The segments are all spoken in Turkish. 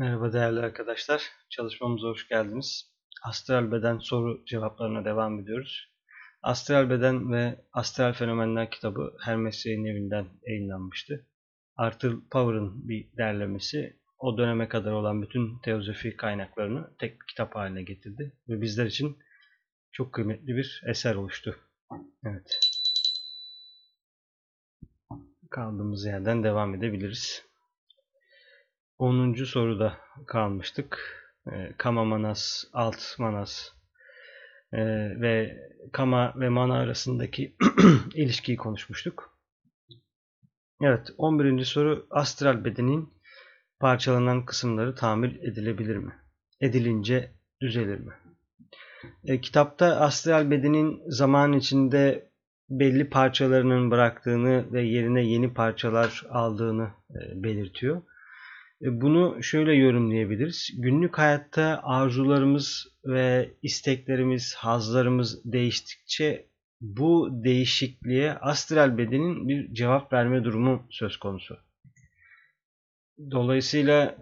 Merhaba değerli arkadaşlar. Çalışmamıza hoş geldiniz. Astral beden soru cevaplarına devam ediyoruz. Astral beden ve astral fenomenler kitabı Hermes Yayın Evi'nden yayınlanmıştı. Arthur Power'ın bir derlemesi o döneme kadar olan bütün teozofi kaynaklarını tek bir kitap haline getirdi ve bizler için çok kıymetli bir eser oluştu. Evet. Kaldığımız yerden devam edebiliriz. 10. soruda kalmıştık. Kama Manas, Alt Manas ve Kama ve Mana arasındaki ilişkiyi konuşmuştuk. Evet, 11. soru astral bedenin parçalanan kısımları tamir edilebilir mi? Edilince düzelir mi? Kitapta astral bedenin zaman içinde belli parçalarının bıraktığını ve yerine yeni parçalar aldığını belirtiyor. Bunu şöyle yorumlayabiliriz. Günlük hayatta arzularımız ve isteklerimiz, hazlarımız değiştikçe bu değişikliğe astral bedenin bir cevap verme durumu söz konusu. Dolayısıyla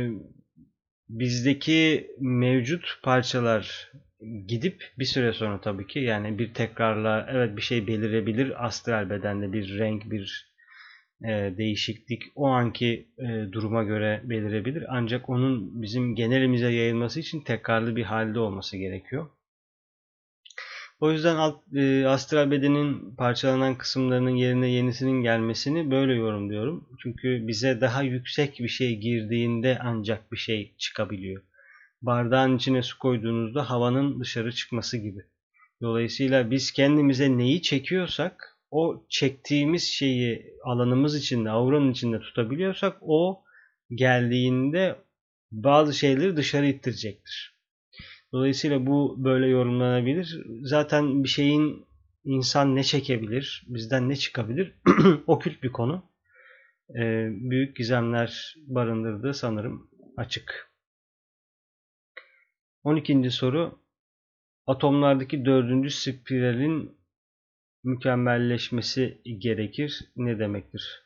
bizdeki mevcut parçalar gidip bir süre sonra tabii ki yani bir tekrarla evet bir şey belirebilir astral bedende bir renk, bir değişiklik o anki duruma göre belirebilir. Ancak onun bizim genelimize yayılması için tekrarlı bir halde olması gerekiyor. O yüzden astral bedenin parçalanan kısımlarının yerine yenisinin gelmesini böyle yorumluyorum. Çünkü bize daha yüksek bir şey girdiğinde ancak bir şey çıkabiliyor. Bardağın içine su koyduğunuzda havanın dışarı çıkması gibi. Dolayısıyla biz kendimize neyi çekiyorsak o çektiğimiz şeyi alanımız içinde, auranın içinde tutabiliyorsak o geldiğinde bazı şeyleri dışarı ittirecektir. Dolayısıyla bu böyle yorumlanabilir. Zaten bir şeyin insan ne çekebilir, bizden ne çıkabilir? Okült bir konu. Büyük gizemler barındırdığı sanırım açık. 12. soru. Atomlardaki 4. spiralin mükemmelleşmesi gerekir. Ne demektir?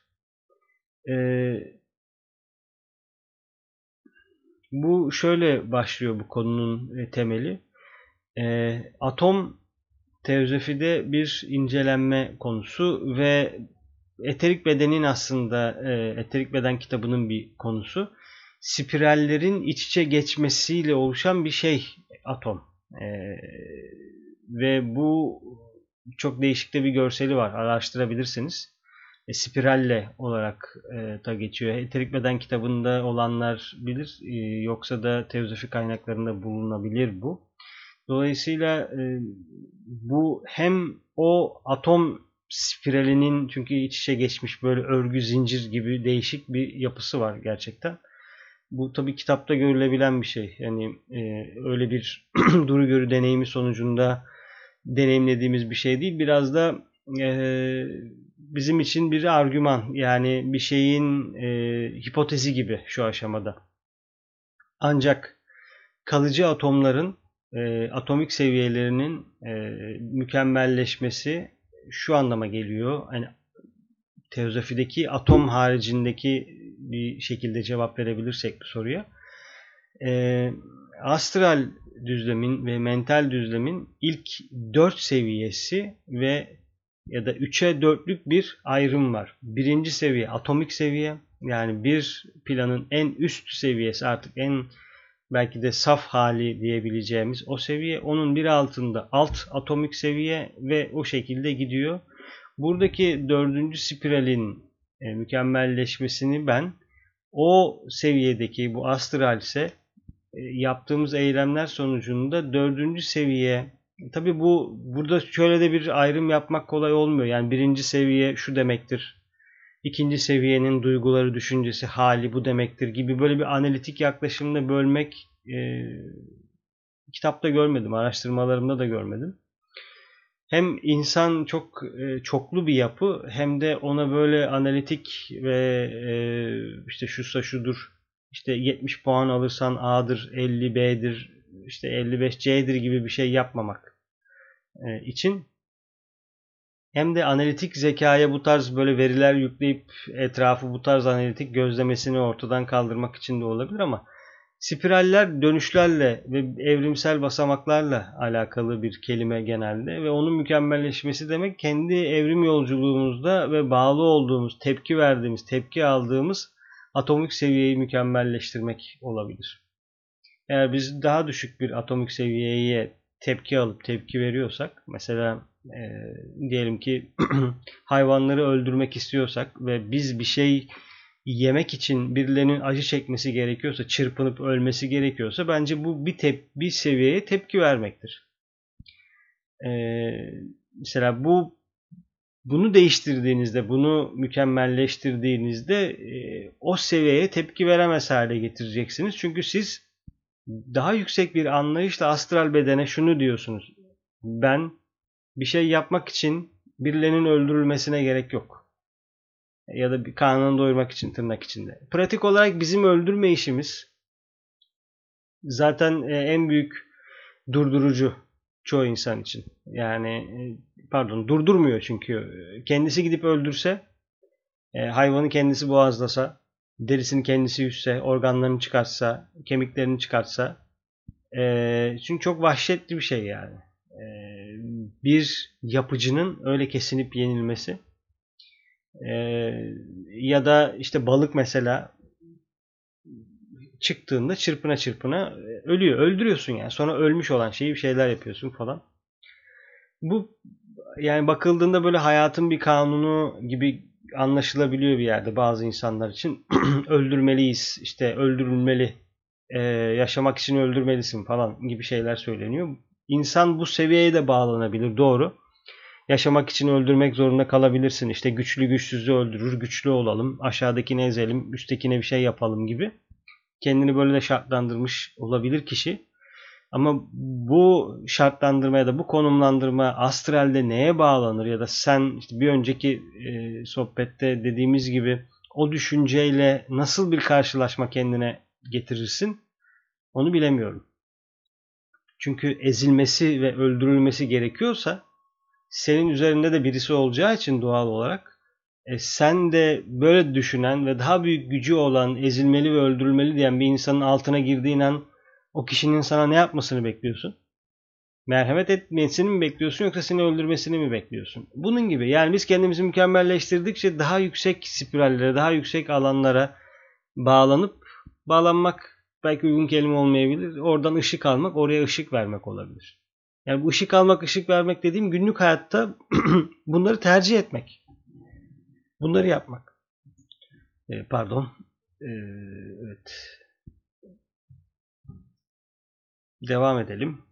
Bu şöyle başlıyor bu konunun temeli. Atom teozofide bir incelenme konusu ve eterik bedenin aslında eterik beden kitabının bir konusu. Spirallerin iç içe geçmesiyle oluşan bir şey atom. Ve bu çok değişik de bir görseli var. Araştırabilirsiniz. Spiralle olarak da geçiyor. Eterik beden kitabında olanlar bilir. Yoksa da teozofi kaynaklarında bulunabilir bu. Dolayısıyla bu hem o atom spiralinin çünkü iç içe geçmiş böyle örgü zincir gibi değişik bir yapısı var gerçekten. Bu tabii kitapta görülebilen bir şey. Yani öyle bir duru görü deneyimi sonucunda deneyimlediğimiz bir şey değil. Biraz da bizim için bir argüman yani bir şeyin hipotezi gibi şu aşamada. Ancak kalıcı atomların atomik seviyelerinin mükemmelleşmesi şu anlama geliyor. Yani teozofideki atom haricindeki bir şekilde cevap verebilirsek bu soruya. Astral düzlemin ve mental düzlemin ilk 4 seviyesi ve ya da 3'e 4'lük bir ayrım var. Birinci seviye atomik seviye yani bir planın en üst seviyesi artık en belki de saf hali diyebileceğimiz o seviye. Onun bir altında alt atomik seviye ve o şekilde gidiyor. Buradaki 4. spiralin mükemmelleşmesini ben o seviyedeki bu astral ise yaptığımız eylemler sonucunda 4. seviye tabi bu burada şöyle de bir ayrım yapmak kolay olmuyor. Yani birinci seviye şu demektir. İkinci seviyenin duyguları, düşüncesi, hali bu demektir gibi böyle bir analitik yaklaşımla bölmek kitapta görmedim, araştırmalarımda da görmedim. Hem insan çok çoklu bir yapı hem de ona böyle analitik ve işte şusa şudur işte 70 puan alırsan A'dır, 50 B'dir, işte 55 C'dir gibi bir şey yapmamak için hem de analitik zekaya bu tarz böyle veriler yükleyip etrafı bu tarz analitik gözlemesini ortadan kaldırmak için de olabilir ama Spiraller dönüşlerle ve evrimsel basamaklarla alakalı bir kelime genelde ve onun mükemmelleşmesi demek kendi evrim yolculuğumuzda ve bağlı olduğumuz, tepki verdiğimiz, tepki aldığımız atomik seviyeyi mükemmelleştirmek olabilir. Eğer biz daha düşük bir atomik seviyeye tepki alıp tepki veriyorsak, mesela diyelim ki hayvanları öldürmek istiyorsak ve biz bir şey yemek için birilerinin acı çekmesi gerekiyorsa, çırpınıp ölmesi gerekiyorsa bence bu bir seviyeye tepki vermektir. Mesela bunu değiştirdiğinizde, bunu mükemmelleştirdiğinizde o seviyeye tepki veremez hale getireceksiniz. Çünkü siz daha yüksek bir anlayışla astral bedene şunu diyorsunuz: ben bir şey yapmak için birilerinin öldürülmesine gerek yok. Ya da bir karnını doyurmak için, tırnak içinde. Pratik olarak bizim öldürme işimiz zaten en büyük durdurucu çoğu insan için. Yani durdurmuyor çünkü. Kendisi gidip öldürse, hayvanı kendisi boğazlasa, derisini kendisi yüzse, organlarını çıkartsa, kemiklerini çıkartsa, çünkü çok vahşetli bir şey yani. Bir yapıcının öyle kesinip yenilmesi. Ya da işte balık mesela çıktığında çırpına çırpına ölüyor. Öldürüyorsun yani. Sonra ölmüş olan şeyi bir şeyler yapıyorsun falan. Bu yani bakıldığında böyle hayatın bir kanunu gibi anlaşılabiliyor bir yerde bazı insanlar için. Öldürmeliyiz, işte öldürülmeli, yaşamak için öldürmelisin falan gibi şeyler söyleniyor. İnsan bu seviyeye de bağlanabilir, doğru. Yaşamak için öldürmek zorunda kalabilirsin. İşte güçlü güçsüzü öldürür, güçlü olalım, aşağıdakini ezelim, üsttekine bir şey yapalım gibi. Kendini böyle de şartlandırmış olabilir kişi. Ama bu şartlandırma ya da bu konumlandırma astralde neye bağlanır ya da sen işte bir önceki sohbette dediğimiz gibi o düşünceyle nasıl bir karşılaşma kendine getirirsin, onu bilemiyorum. Çünkü ezilmesi ve öldürülmesi gerekiyorsa senin üzerinde de birisi olacağı için doğal olarak sen de böyle düşünen ve daha büyük gücü olan, ezilmeli ve öldürülmeli diyen bir insanın altına girdiğin an o kişinin sana ne yapmasını bekliyorsun? Merhamet etmesini mi bekliyorsun yoksa seni öldürmesini mi bekliyorsun? Bunun gibi. Yani biz kendimizi mükemmelleştirdikçe daha yüksek spirallere, daha yüksek alanlara bağlanmak belki uygun kelime olmayabilir. Oradan ışık almak, oraya ışık vermek olabilir. Yani bu ışık almak, ışık vermek dediğim günlük hayatta bunları tercih etmek. Bunları yapmak. Pardon. Evet. Devam edelim.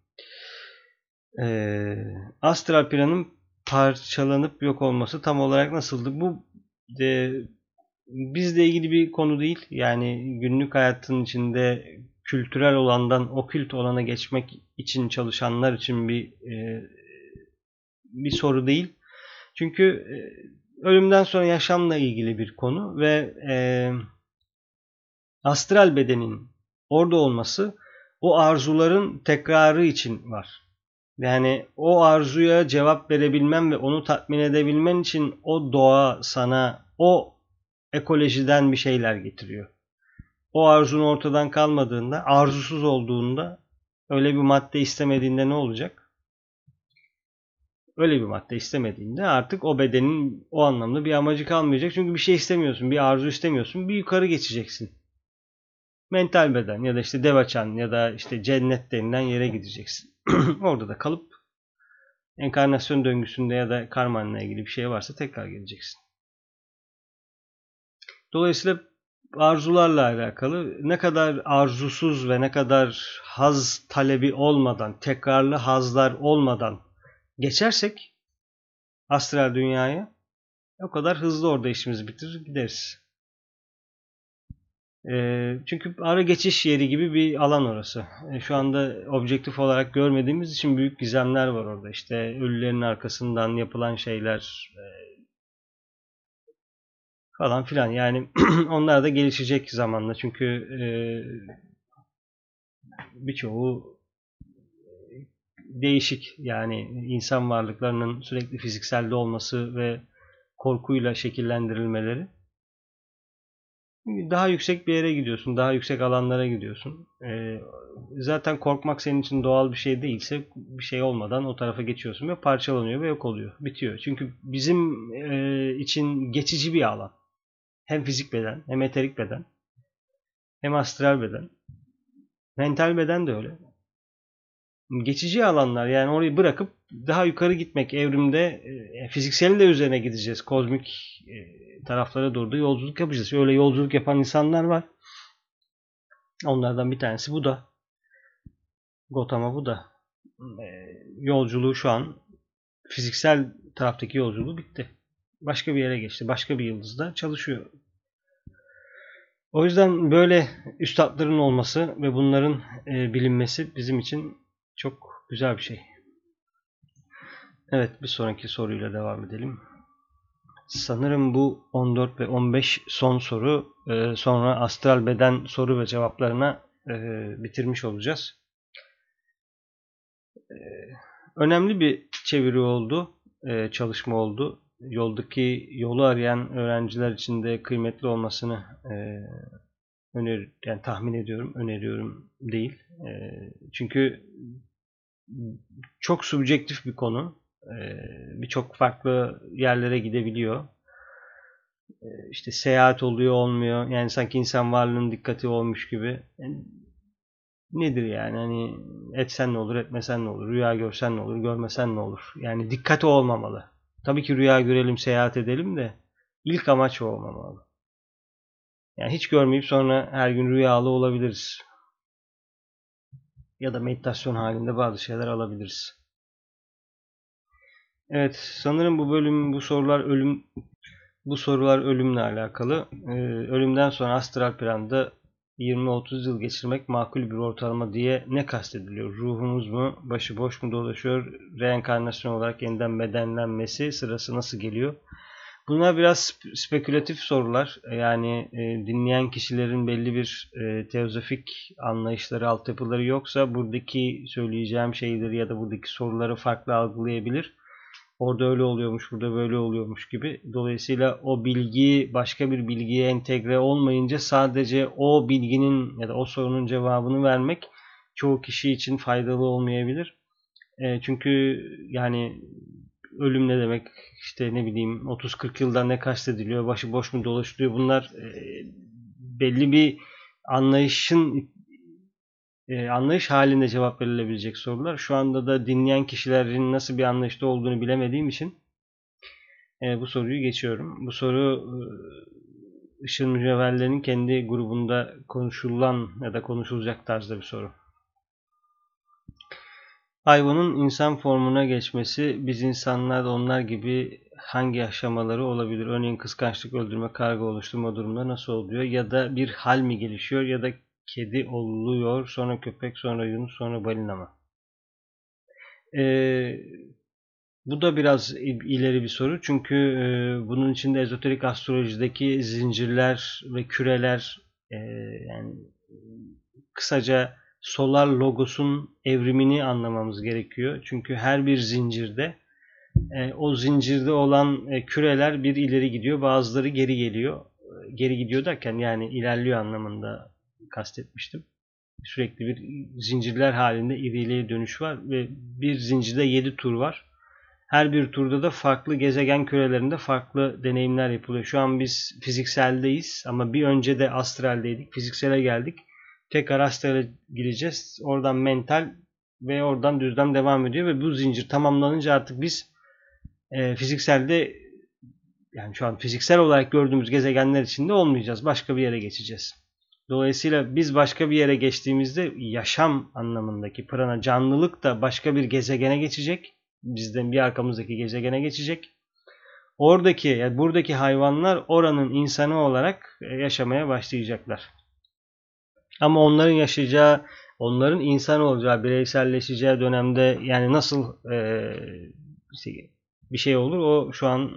Astral planın parçalanıp yok olması tam olarak nasıldı? Bu e, bizle ilgili bir konu değil. Yani günlük hayatın içinde kültürel olandan okült olana geçmek için çalışanlar için bir soru değil. Çünkü ölümden sonra yaşamla ilgili bir konu ve astral bedenin orada olması o arzuların tekrarı için var. Yani o arzuya cevap verebilmen ve onu tatmin edebilmen için o doğa sana o ekolojiden bir şeyler getiriyor. O arzun ortadan kalmadığında, arzusuz olduğunda, öyle bir madde istemediğinde ne olacak? Öyle bir madde istemediğinde artık o bedenin o anlamda bir amacı kalmayacak. Çünkü bir şey istemiyorsun, bir arzu istemiyorsun. Bir yukarı geçeceksin. Mental beden ya da işte Devaçan ya da işte cennet denilen yere gideceksin. Orada da kalıp enkarnasyon döngüsünde ya da karmanla ilgili bir şey varsa tekrar geleceksin. Dolayısıyla arzularla alakalı ne kadar arzusuz ve ne kadar haz talebi olmadan, tekrarlı hazlar olmadan geçersek astral dünyaya o kadar hızlı orada işimizi bitirir gideriz. Çünkü ara geçiş yeri gibi bir alan orası. Şu anda objektif olarak görmediğimiz için büyük gizemler var orada. İşte ölülerin arkasından yapılan şeyler falan filan. Yani onlar da gelişecek zamanla. Çünkü birçoğu değişik. Yani insan varlıklarının sürekli fizikselde olması ve korkuyla şekillendirilmeleri. Daha yüksek bir yere gidiyorsun, daha yüksek alanlara gidiyorsun. Zaten korkmak senin için doğal bir şey değilse bir şey olmadan o tarafa geçiyorsun ve parçalanıyor ve yok oluyor, bitiyor. Çünkü bizim için geçici bir alan. Hem fizik beden, hem eterik beden, hem astral beden. Mental beden de öyle. Geçici alanlar, yani orayı bırakıp daha yukarı gitmek evrimde, fizikselin de üzerine gideceğiz. Kozmik taraflara doğru da yolculuk yapacağız. Öyle yolculuk yapan insanlar var. Onlardan bir tanesi Buda. Gautama Buda. Yolculuğu şu an, fiziksel taraftaki yolculuğu bitti. Başka bir yere geçti. Başka bir yıldızda çalışıyor. O yüzden böyle üstadların olması ve bunların bilinmesi bizim için çok güzel bir şey. Evet, bir sonraki soruyla devam edelim. Sanırım bu 14 ve 15 son soru. Sonra astral beden soru ve cevaplarına bitirmiş olacağız. Önemli bir çeviri oldu, çalışma oldu. Yoldaki yolu arayan öğrenciler için de kıymetli olmasını yani tahmin ediyorum, öneriyorum değil. Çünkü çok subjektif bir konu. Birçok farklı yerlere gidebiliyor. İşte seyahat oluyor, olmuyor. Yani sanki insan varlığının dikkati olmuş gibi. Nedir yani? Hani etsen ne olur, etmesen ne olur? Rüya görsen ne olur, görmesen ne olur? Yani dikkati olmamalı. Tabii ki rüya görelim, seyahat edelim de ilk amaç o olmamalı. Yani hiç görmeyip sonra her gün rüyalı olabiliriz. Ya da meditasyon halinde bazı şeyler alabiliriz. Evet, sanırım bu sorular ölümle alakalı. Ölümden sonra astral planda 20-30 yıl geçirmek makul bir ortalama diye ne kastediliyor? Ruhumuz mu, başıboş mu dolaşıyor? Reenkarnasyon olarak yeniden bedenlenmesi sırası nasıl geliyor? Bunlar biraz spekülatif sorular. Yani dinleyen kişilerin belli bir teozofik anlayışları, altyapıları yoksa buradaki söyleyeceğim şeyleri ya da buradaki soruları farklı algılayabilir. Orada öyle oluyormuş, burada böyle oluyormuş gibi. Dolayısıyla o bilgi başka bir bilgiye entegre olmayınca sadece o bilginin ya da o sorunun cevabını vermek çoğu kişi için faydalı olmayabilir. Çünkü yani ölüm ne demek, işte ne bileyim 30-40 yıldan ne kastediliyor, başıboş mu dolaşılıyor, bunlar belli bir anlayış halinde cevap verilebilecek sorular. Şu anda da dinleyen kişilerin nasıl bir anlayışta olduğunu bilemediğim için bu soruyu geçiyorum. Bu soru Işıl Mücevherler'in kendi grubunda konuşulan ya da konuşulacak tarzda bir soru. Hayvanın insan formuna geçmesi, biz insanlar da onlar gibi hangi aşamaları olabilir? Örneğin kıskançlık, öldürme, karga oluşturma durumları nasıl oluyor? Ya da bir hal mi gelişiyor? Ya da kedi oluyor, sonra köpek, sonra yunus, sonra balina mı? Bu da biraz ileri bir soru. Çünkü bunun içinde ezoterik astrolojideki zincirler ve küreler, yani kısaca solar logosun evrimini anlamamız gerekiyor. Çünkü her bir zincirde o zincirde olan küreler bir ileri gidiyor, bazıları geri geliyor. Geri gidiyor derken yani ilerliyor anlamında kastetmiştim. Sürekli bir zincirler halinde iriliğe dönüş var ve bir zincirde 7 tur var. Her bir turda da farklı gezegen kürelerinde farklı deneyimler yapılıyor. Şu an biz fizikseldeyiz ama bir önce de astraldeydik. Fiziksele geldik. Tekrar astrale gireceğiz. Oradan mental ve oradan düzlem devam ediyor ve bu zincir tamamlanınca artık biz fizikselde, yani şu an fiziksel olarak gördüğümüz gezegenler içinde olmayacağız. Başka bir yere geçeceğiz. Dolayısıyla biz başka bir yere geçtiğimizde yaşam anlamındaki prana, canlılık da başka bir gezegene geçecek. Bizden bir arkamızdaki gezegene geçecek. Oradaki, yani buradaki hayvanlar oranın insanı olarak yaşamaya başlayacaklar. Ama onların yaşayacağı, onların insan olacağı, bireyselleşeceği dönemde yani nasıl bir şey olur, o şu an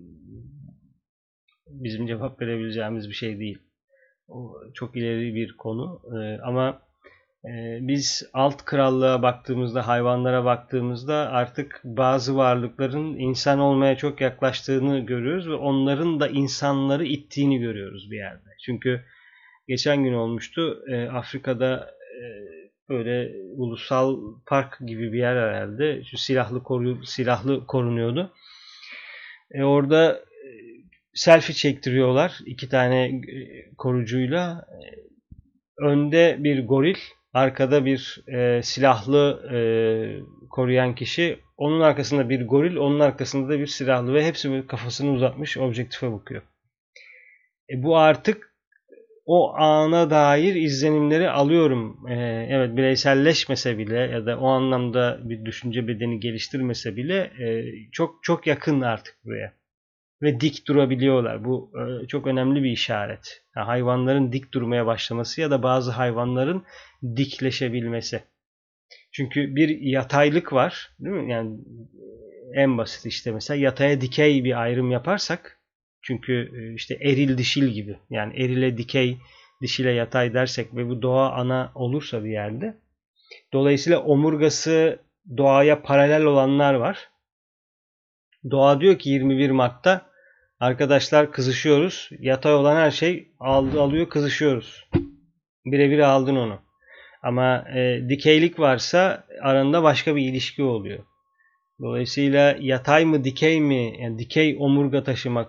bizim cevap verebileceğimiz bir şey değil. O çok ileri bir konu. Ama biz alt krallığa baktığımızda, hayvanlara baktığımızda artık bazı varlıkların insan olmaya çok yaklaştığını görüyoruz ve onların da insanları ittiğini görüyoruz bir yerde. Çünkü geçen gün olmuştu. Afrika'da böyle ulusal park gibi bir yer herhalde. Şu silahlı korunuyordu. Orada selfie çektiriyorlar iki tane korucuyla. Önde bir goril, arkada bir silahlı koruyan kişi. Onun arkasında bir goril, onun arkasında da bir silahlı ve hepsi böyle kafasını uzatmış objektife bakıyor. Bu artık o ana dair izlenimleri alıyorum. Evet, bireyselleşmese bile ya da o anlamda bir düşünce bedeni geliştirmese bile çok çok yakın artık buraya. Ve dik durabiliyorlar. Bu çok önemli bir işaret. Yani hayvanların dik durmaya başlaması ya da bazı hayvanların dikleşebilmesi. Çünkü bir yataylık var, değil mi? Yani en basit işte mesela yataya dikey bir ayrım yaparsak, çünkü işte eril dişil gibi, yani erile dikey, dişile yatay dersek ve bu doğa ana olursa bir yerde, dolayısıyla omurgası doğaya paralel olanlar var. Doğa diyor ki 21 Mart'ta arkadaşlar kızışıyoruz. Yatay olan her şey alıyor, kızışıyoruz. Birebir aldın onu. Ama dikeylik varsa aranda başka bir ilişki oluyor. Dolayısıyla yatay mı dikey mi, yani dikey omurga taşımak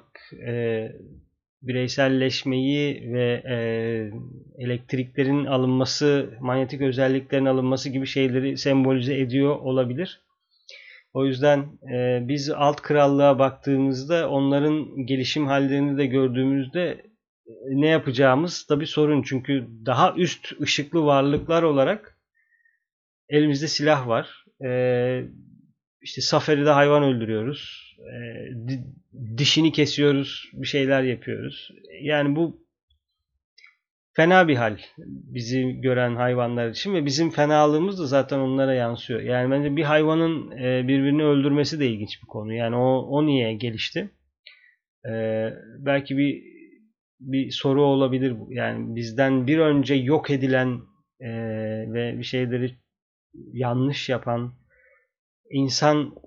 bireyselleşmeyi ve elektriklerin alınması, manyetik özelliklerin alınması gibi şeyleri sembolize ediyor olabilir. O yüzden biz alt krallığa baktığımızda onların gelişim hallerini de gördüğümüzde ne yapacağımız tabii sorun. Çünkü daha üst ışıklı varlıklar olarak elimizde silah var. İşte safaride hayvan öldürüyoruz. Dişini kesiyoruz. Bir şeyler yapıyoruz. Yani bu fena bir hal bizi gören hayvanlar için ve bizim fenalığımız da zaten onlara yansıyor. Yani bence bir hayvanın birbirini öldürmesi de ilginç bir konu. Yani o niye gelişti? Belki bir soru olabilir bu. Yani bizden bir önce yok edilen ve bir şeyleri yanlış yapan insan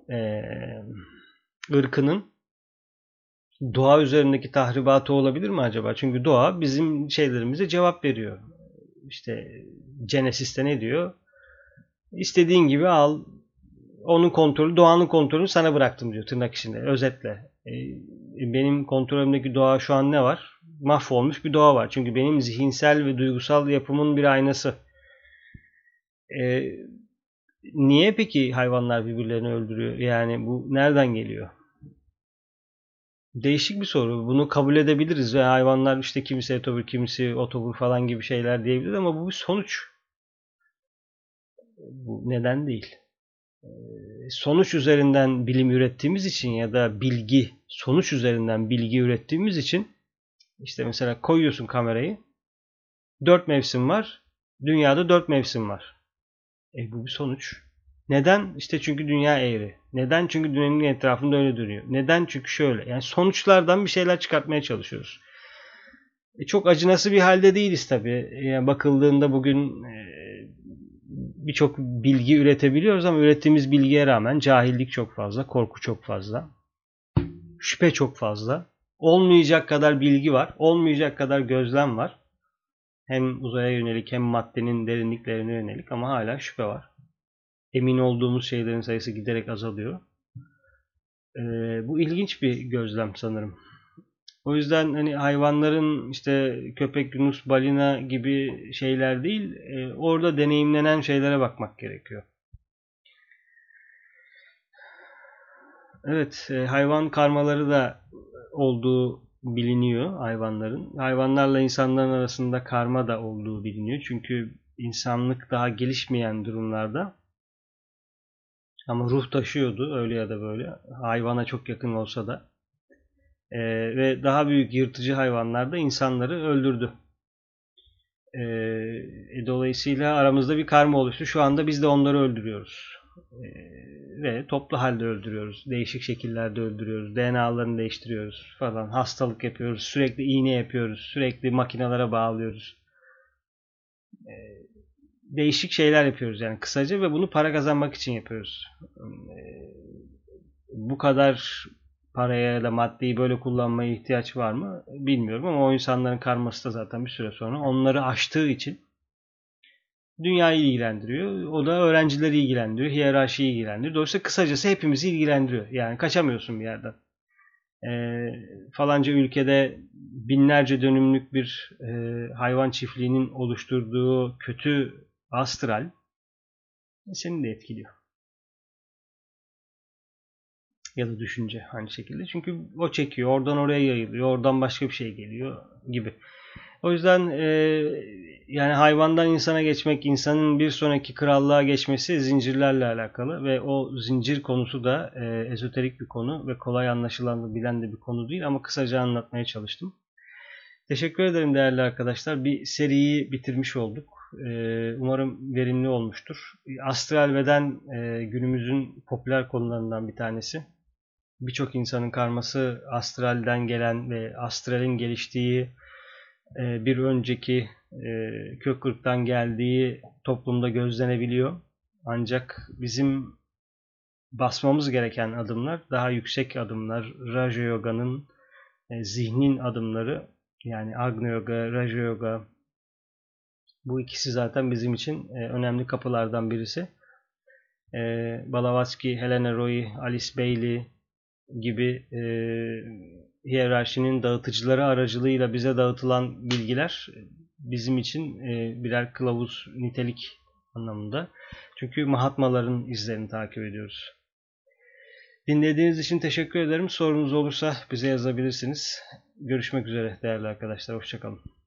ırkının doğa üzerindeki tahribatı olabilir mi acaba? Çünkü doğa bizim şeylerimize cevap veriyor. İşte Genesis'te ne diyor? İstediğin gibi al. Onun kontrolü, doğanın kontrolünü sana bıraktım diyor tırnak içinde. Özetle. Benim kontrolümdeki doğa şu an ne var? Mahvolmuş bir doğa var. Çünkü benim zihinsel ve duygusal yapımın bir aynası. Niye peki hayvanlar birbirlerini öldürüyor? Yani bu nereden geliyor? Değişik bir soru. Bunu kabul edebiliriz ve hayvanlar işte kimisi etobur, kimisi otobur falan gibi şeyler diyebilir ama bu bir sonuç. Bu neden değil. Sonuç üzerinden bilim ürettiğimiz için ya da sonuç üzerinden bilgi ürettiğimiz için işte mesela koyuyorsun kamerayı. 4 mevsim var. Dünyada 4 mevsim var. Bu bir sonuç. Neden? İşte çünkü dünya eğri. Neden? Çünkü dünyanın etrafında öyle dönüyor. Neden? Çünkü şöyle. Yani sonuçlardan bir şeyler çıkartmaya çalışıyoruz. Çok acınası bir halde değiliz tabii. Yani bakıldığında bugün birçok bilgi üretebiliyoruz ama ürettiğimiz bilgiye rağmen cahillik çok fazla, korku çok fazla, şüphe çok fazla. Olmayacak kadar bilgi var, olmayacak kadar gözlem var. Hem uzaya yönelik hem maddenin derinliklerine yönelik ama hala şüphe var. Emin olduğumuz şeylerin sayısı giderek azalıyor. Bu ilginç bir gözlem sanırım. O yüzden hani hayvanların işte köpek, yunus, balina gibi şeyler değil, orada deneyimlenen şeylere bakmak gerekiyor. Evet, hayvan karmaları da olduğu biliniyor hayvanların. Hayvanlarla insanların arasında karma da olduğu biliniyor. Çünkü insanlık daha gelişmeyen durumlarda ama ruh taşıyordu öyle ya da böyle. Hayvana çok yakın olsa da. Ve daha büyük yırtıcı hayvanlar da insanları öldürdü. Dolayısıyla aramızda bir karma oluştu. Şu anda biz de onları öldürüyoruz. Ve toplu halde öldürüyoruz. Değişik şekillerde öldürüyoruz. DNA'larını değiştiriyoruz falan. Hastalık yapıyoruz. Sürekli iğne yapıyoruz. Sürekli makinelere bağlıyoruz. Değişik şeyler yapıyoruz yani kısaca ve bunu para kazanmak için yapıyoruz. Bu kadar paraya ya da maddeyi böyle kullanmaya ihtiyaç var mı bilmiyorum ama o insanların karması da zaten bir süre sonra onları aştığı için dünyayı ilgilendiriyor. O da öğrencileri ilgilendiriyor, hiyerarşiyi ilgilendiriyor. Dolayısıyla kısacası hepimizi ilgilendiriyor. Yani kaçamıyorsun bir yerden. Falanca ülkede binlerce dönümlük bir hayvan çiftliğinin oluşturduğu kötü astral seni de etkiliyor. Ya da düşünce aynı şekilde. Çünkü o çekiyor, oradan oraya yayılıyor, oradan başka bir şey geliyor gibi. O yüzden yani hayvandan insana geçmek, insanın bir sonraki krallığa geçmesi zincirlerle alakalı ve o zincir konusu da ezoterik bir konu ve kolay anlaşılan, bilen de bir konu değil ama kısaca anlatmaya çalıştım. Teşekkür ederim değerli arkadaşlar. Bir seriyi bitirmiş olduk. Umarım verimli olmuştur. Astral beden günümüzün popüler konularından bir tanesi. Birçok insanın karması astralden gelen ve astralin geliştiği bir önceki kök ırktan geldiği toplumda gözlenebiliyor. Ancak bizim basmamız gereken adımlar daha yüksek adımlar. Raja Yoga'nın zihnin adımları yani Agni Yoga, Raja Yoga bu ikisi zaten bizim için önemli kapılardan birisi. Blavatsky, Helena Roy, Alice Bailey gibi hiyerarşinin dağıtıcıları aracılığıyla bize dağıtılan bilgiler bizim için birer kılavuz nitelik anlamında. Çünkü Mahatmaların izlerini takip ediyoruz. Dinlediğiniz için teşekkür ederim. Sorunuz olursa bize yazabilirsiniz. Görüşmek üzere değerli arkadaşlar. Hoşça kalın.